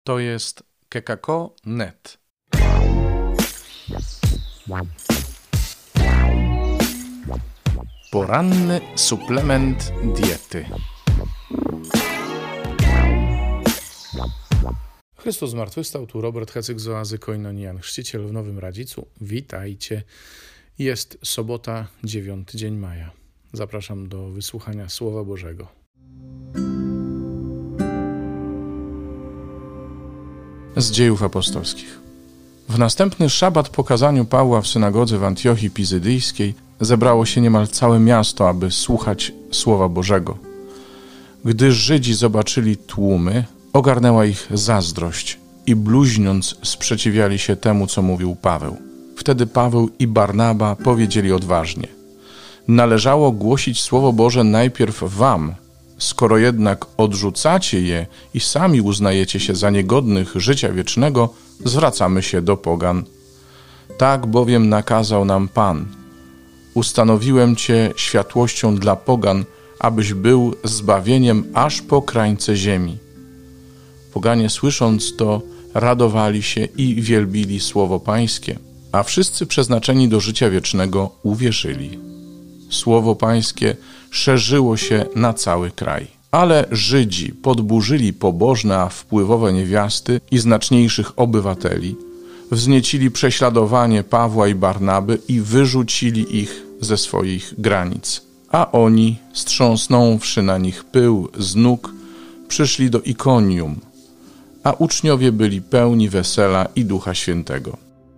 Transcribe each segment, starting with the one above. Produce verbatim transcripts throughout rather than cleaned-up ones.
To jest kekako kropka net. Poranny suplement diety. Chrystus zmartwychwstał, tu Robert Hecyk z Oazy Koinonian, chrzciciel w Nowym Radzicu. Witajcie. Jest sobota, dziewiąty dzień maja. Zapraszam do wysłuchania Słowa Bożego. Z Dziejów Apostolskich. W następny szabat po kazaniu Pawła w synagodze w Antiochii Pizydyjskiej zebrało się niemal całe miasto, aby słuchać Słowa Bożego. Gdy Żydzi zobaczyli tłumy, ogarnęła ich zazdrość i bluźniąc sprzeciwiali się temu, co mówił Paweł. Wtedy Paweł i Barnaba powiedzieli odważnie: należało głosić Słowo Boże najpierw wam, skoro jednak odrzucacie je i sami uznajecie się za niegodnych życia wiecznego, zwracamy się do pogan. Tak bowiem nakazał nam Pan. Ustanowiłem cię światłością dla pogan, abyś był zbawieniem aż po krańce ziemi. Poganie słysząc to, radowali się i wielbili Słowo Pańskie, a wszyscy przeznaczeni do życia wiecznego uwierzyli. Słowo Pańskie szerzyło się na cały kraj. Ale Żydzi podburzyli pobożne, a wpływowe niewiasty i znaczniejszych obywateli, wzniecili prześladowanie Pawła i Barnaby i wyrzucili ich ze swoich granic. A oni, strząsnąwszy na nich pył z nóg, przyszli do Ikonium, a uczniowie byli pełni wesela i Ducha Świętego.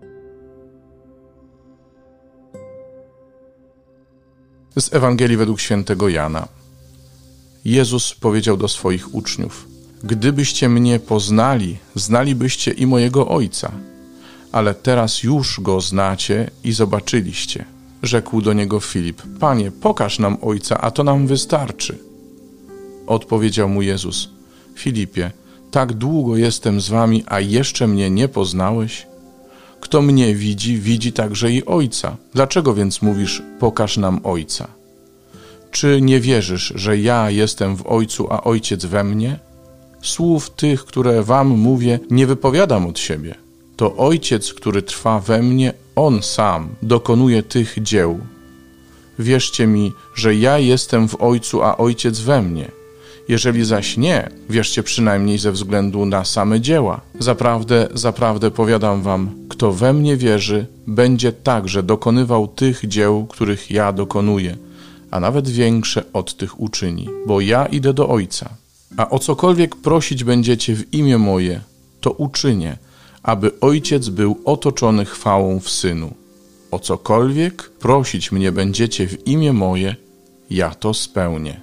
Z Ewangelii według świętego Jana. Jezus powiedział do swoich uczniów: gdybyście mnie poznali, znalibyście i mojego Ojca, ale teraz już Go znacie i zobaczyliście. Rzekł do niego Filip: Panie, pokaż nam Ojca, a to nam wystarczy. Odpowiedział mu Jezus: Filipie, tak długo jestem z wami, a jeszcze mnie nie poznałeś? Kto mnie widzi, widzi także i Ojca. Dlaczego więc mówisz: pokaż nam Ojca? Czy nie wierzysz, że ja jestem w Ojcu, a Ojciec we mnie? Słów tych, które wam mówię, nie wypowiadam od siebie. To Ojciec, który trwa we mnie, On sam dokonuje tych dzieł. Wierzcie mi, że ja jestem w Ojcu, a Ojciec we mnie. Jeżeli zaś nie, wierzcie przynajmniej ze względu na same dzieła. Zaprawdę, zaprawdę powiadam wam, kto we mnie wierzy, będzie także dokonywał tych dzieł, których ja dokonuję, a nawet większe od tych uczyni, bo ja idę do Ojca. A o cokolwiek prosić będziecie w imię moje, to uczynię, aby Ojciec był otoczony chwałą w Synu. O cokolwiek prosić mnie będziecie w imię moje, ja to spełnię.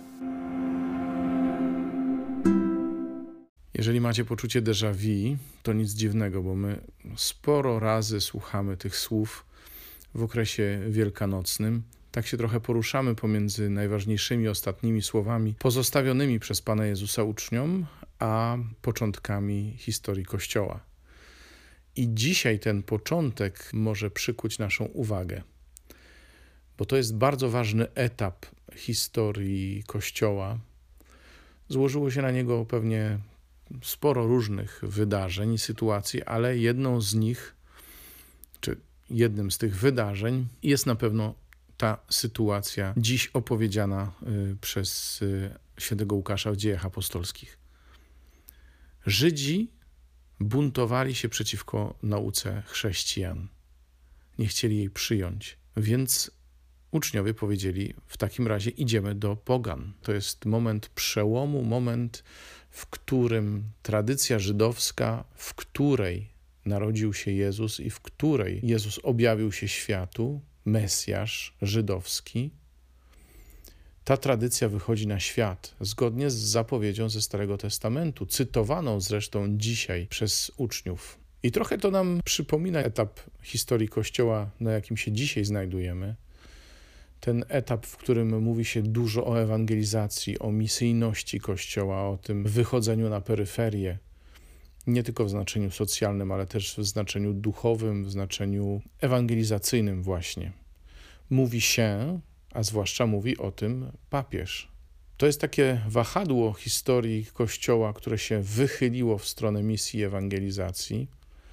Jeżeli macie poczucie déjà vu, to nic dziwnego, bo my sporo razy słuchamy tych słów w okresie wielkanocnym. Tak się trochę poruszamy pomiędzy najważniejszymi ostatnimi słowami pozostawionymi przez Pana Jezusa uczniom, a początkami historii Kościoła. I dzisiaj ten początek może przykuć naszą uwagę, bo to jest bardzo ważny etap historii Kościoła. Złożyło się na niego pewnie sporo różnych wydarzeń i sytuacji, ale jedną z nich, czy jednym z tych wydarzeń jest na pewno ta sytuacja dziś opowiedziana przez świętego Łukasza w Dziejach Apostolskich. Żydzi buntowali się przeciwko nauce chrześcijan. Nie chcieli jej przyjąć, więc uczniowie powiedzieli: w takim razie idziemy do pogan. To jest moment przełomu, moment, w którym tradycja żydowska, w której narodził się Jezus i w której Jezus objawił się światu, Mesjasz żydowski, ta tradycja wychodzi na świat, zgodnie z zapowiedzią ze Starego Testamentu, cytowaną zresztą dzisiaj przez uczniów. I trochę to nam przypomina etap historii Kościoła, na jakim się dzisiaj znajdujemy. Ten etap, w którym mówi się dużo o ewangelizacji, o misyjności Kościoła, o tym wychodzeniu na peryferię, nie tylko w znaczeniu socjalnym, ale też w znaczeniu duchowym, w znaczeniu ewangelizacyjnym właśnie. Mówi się, a zwłaszcza mówi o tym papież. To jest takie wahadło historii Kościoła, które się wychyliło w stronę misji ewangelizacji.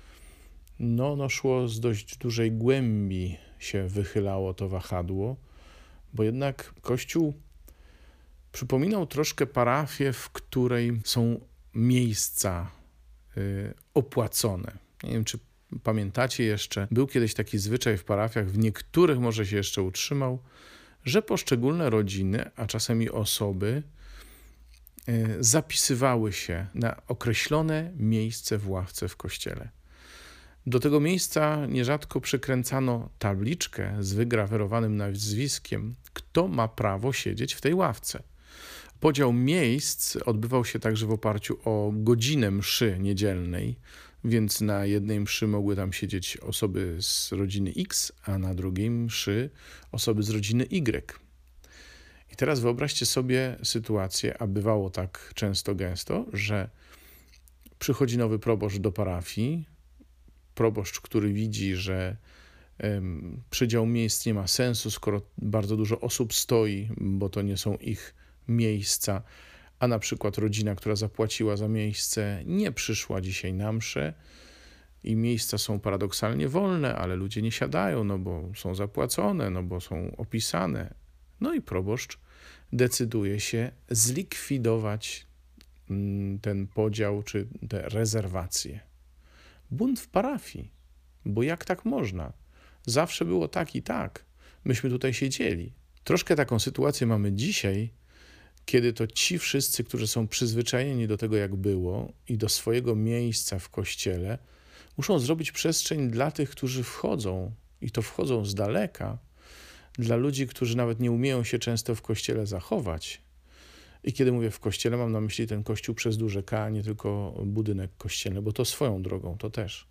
No, no szło z dość dużej głębi się wychylało to wahadło, bo jednak Kościół przypominał troszkę parafię, w której są miejsca y, opłacone. Nie wiem, czy pamiętacie jeszcze, był kiedyś taki zwyczaj w parafiach, w niektórych może się jeszcze utrzymał, że poszczególne rodziny, a czasem i osoby y, zapisywały się na określone miejsce w ławce w kościele. Do tego miejsca nierzadko przykręcano tabliczkę z wygrawerowanym nazwiskiem, kto ma prawo siedzieć w tej ławce. Podział miejsc odbywał się także w oparciu o godzinę mszy niedzielnej, więc na jednej mszy mogły tam siedzieć osoby z rodziny X, a na drugiej mszy osoby z rodziny Y. I teraz wyobraźcie sobie sytuację, a bywało tak często gęsto, że przychodzi nowy proboszcz do parafii, proboszcz, który widzi, że um, przydział miejsc nie ma sensu, skoro bardzo dużo osób stoi, bo to nie są ich miejsca, a na przykład rodzina, która zapłaciła za miejsce, nie przyszła dzisiaj na mszę i miejsca są paradoksalnie wolne, ale ludzie nie siadają, no bo są zapłacone, no bo są opisane. No i proboszcz decyduje się zlikwidować ten podział czy te rezerwacje. Bunt w parafii, bo jak tak można? Zawsze było tak i tak. Myśmy tutaj siedzieli. Troszkę taką sytuację mamy dzisiaj, kiedy to ci wszyscy, którzy są przyzwyczajeni do tego, jak było i do swojego miejsca w kościele, muszą zrobić przestrzeń dla tych, którzy wchodzą i to wchodzą z daleka, dla ludzi, którzy nawet nie umieją się często w kościele zachować. I kiedy mówię w kościele, mam na myśli ten kościół przez duże K, nie tylko budynek kościelny, bo to swoją drogą, to też.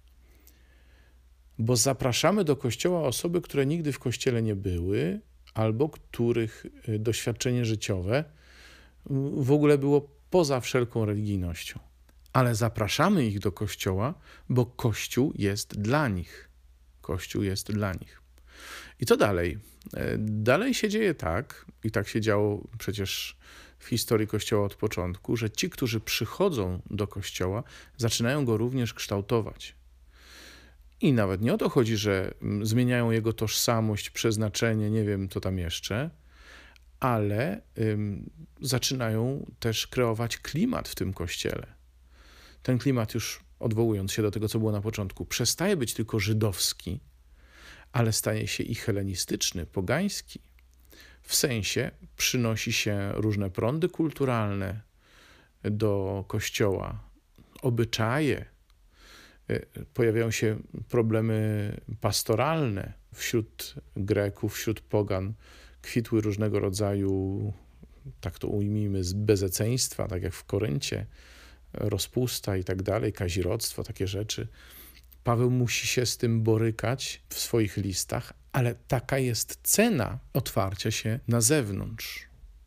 Bo zapraszamy do kościoła osoby, które nigdy w kościele nie były, albo których doświadczenie życiowe w ogóle było poza wszelką religijnością. Ale zapraszamy ich do kościoła, bo Kościół jest dla nich. Kościół jest dla nich. I co dalej? Dalej się dzieje tak, i tak się działo przecież w historii Kościoła od początku, że ci, którzy przychodzą do Kościoła, zaczynają go również kształtować. I nawet nie o to chodzi, że zmieniają jego tożsamość, przeznaczenie, nie wiem, co tam jeszcze, ale ym, zaczynają też kreować klimat w tym Kościele. Ten klimat już, odwołując się do tego, co było na początku, przestaje być tylko żydowski, ale staje się i helenistyczny, pogański. W sensie przynosi się różne prądy kulturalne do Kościoła, obyczaje, pojawiają się problemy pastoralne wśród Greków, wśród pogan, kwitły różnego rodzaju, tak to ujmijmy, bezeceństwa, tak jak w Koryncie, rozpusta i tak dalej, kazirodztwo, takie rzeczy. Paweł musi się z tym borykać w swoich listach, ale taka jest cena otwarcia się na zewnątrz.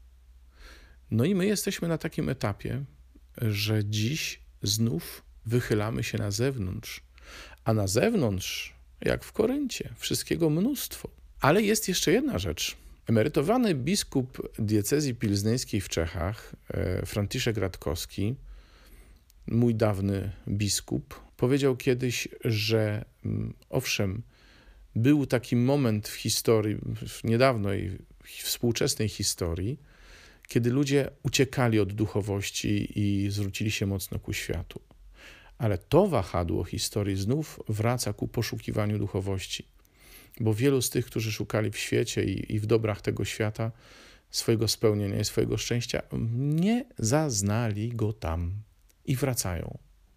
No i my jesteśmy na takim etapie, że dziś znów wychylamy się na zewnątrz, a na zewnątrz, jak w Koryncie, wszystkiego mnóstwo. Ale jest jeszcze jedna rzecz. Emerytowany biskup diecezji pilzneńskiej w Czechach, Franciszek Radkowski, mój dawny biskup, powiedział kiedyś, że owszem, był taki moment w historii, w niedawnej, współczesnej historii, kiedy ludzie uciekali od duchowości i zwrócili się mocno ku światu. Ale to wahadło historii znów wraca ku poszukiwaniu duchowości, bo wielu z tych, którzy szukali w świecie i, i w dobrach tego świata swojego spełnienia i swojego szczęścia, nie zaznali go tam i wracają.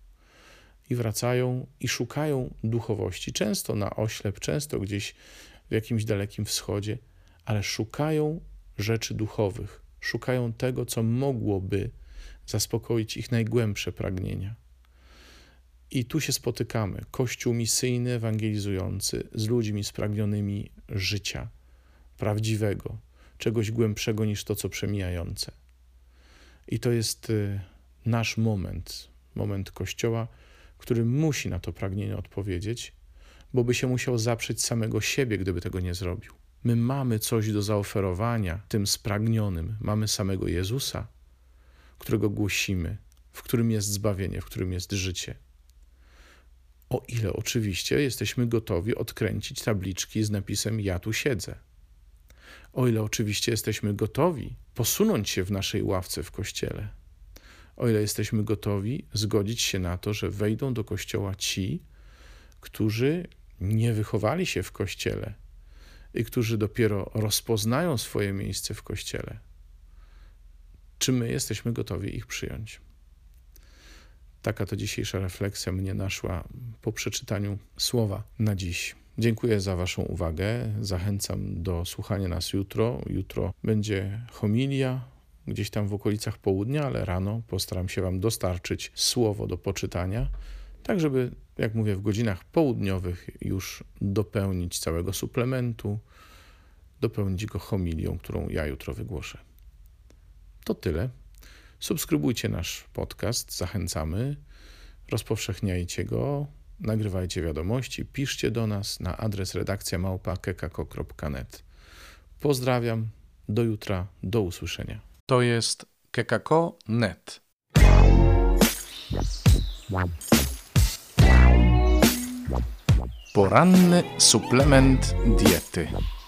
I wracają i szukają duchowości, często na oślep, często gdzieś w jakimś dalekim wschodzie, ale szukają rzeczy duchowych, szukają tego, co mogłoby zaspokoić ich najgłębsze pragnienia. I tu się spotykamy, Kościół misyjny, ewangelizujący, z ludźmi spragnionymi życia prawdziwego, czegoś głębszego niż to, co przemijające. I to jest nasz moment, moment Kościoła, który musi na to pragnienie odpowiedzieć, bo by się musiał zaprzeć samego siebie, gdyby tego nie zrobił. My mamy coś do zaoferowania tym spragnionym. Mamy samego Jezusa, którego głosimy, w którym jest zbawienie, w którym jest życie. O ile oczywiście jesteśmy gotowi odkręcić tabliczki z napisem „Ja tu siedzę”. O ile oczywiście jesteśmy gotowi posunąć się w naszej ławce w kościele. O ile jesteśmy gotowi zgodzić się na to, że wejdą do kościoła ci, którzy nie wychowali się w kościele i którzy dopiero rozpoznają swoje miejsce w kościele. Czy my jesteśmy gotowi ich przyjąć? Taka to dzisiejsza refleksja mnie naszła po przeczytaniu słowa na dziś. Dziękuję za waszą uwagę. Zachęcam do słuchania nas jutro. Jutro będzie homilia gdzieś tam w okolicach południa, ale rano postaram się wam dostarczyć słowo do poczytania, tak żeby, jak mówię, w godzinach południowych już dopełnić całego suplementu, dopełnić go homilią, którą ja jutro wygłoszę. To tyle. Subskrybujcie nasz podcast, zachęcamy, rozpowszechniajcie go, nagrywajcie wiadomości, piszcie do nas na adres redakcja małpa kekako kropka net. Pozdrawiam, do jutra, do usłyszenia. To jest kekako kropka net. Poranny suplement diety.